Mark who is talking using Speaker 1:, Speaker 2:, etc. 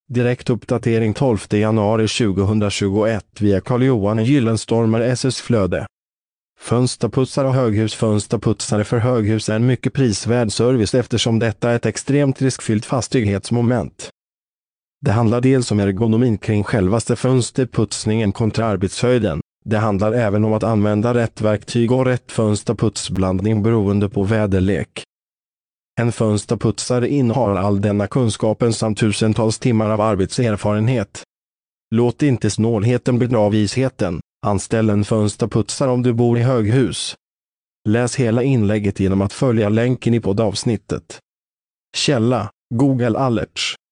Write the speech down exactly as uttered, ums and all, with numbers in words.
Speaker 1: Direkt uppdatering tolfte januari tjugohundratjugoett via Carl-Johan Gyllenstormer S S-flöde. Fönsterputsare och höghusfönsterputsare för höghus är en mycket prisvärd service eftersom detta är ett extremt riskfyllt fastighetsmoment. Det handlar dels om ergonomin kring självaste fönsterputsningen kontra arbetshöjden. Det handlar även om att använda rätt verktyg och rätt fönsterputsblandning beroende på väderlek. En fönsterputsare innehar all denna kunskapen samt tusentals timmar av arbetserfarenhet. Låt inte snålheten bedra visheten. Anställ en fönsterputsare om du bor i höghus. Läs hela inlägget genom att följa länken i poddavsnittet. Källa: Google Alerts.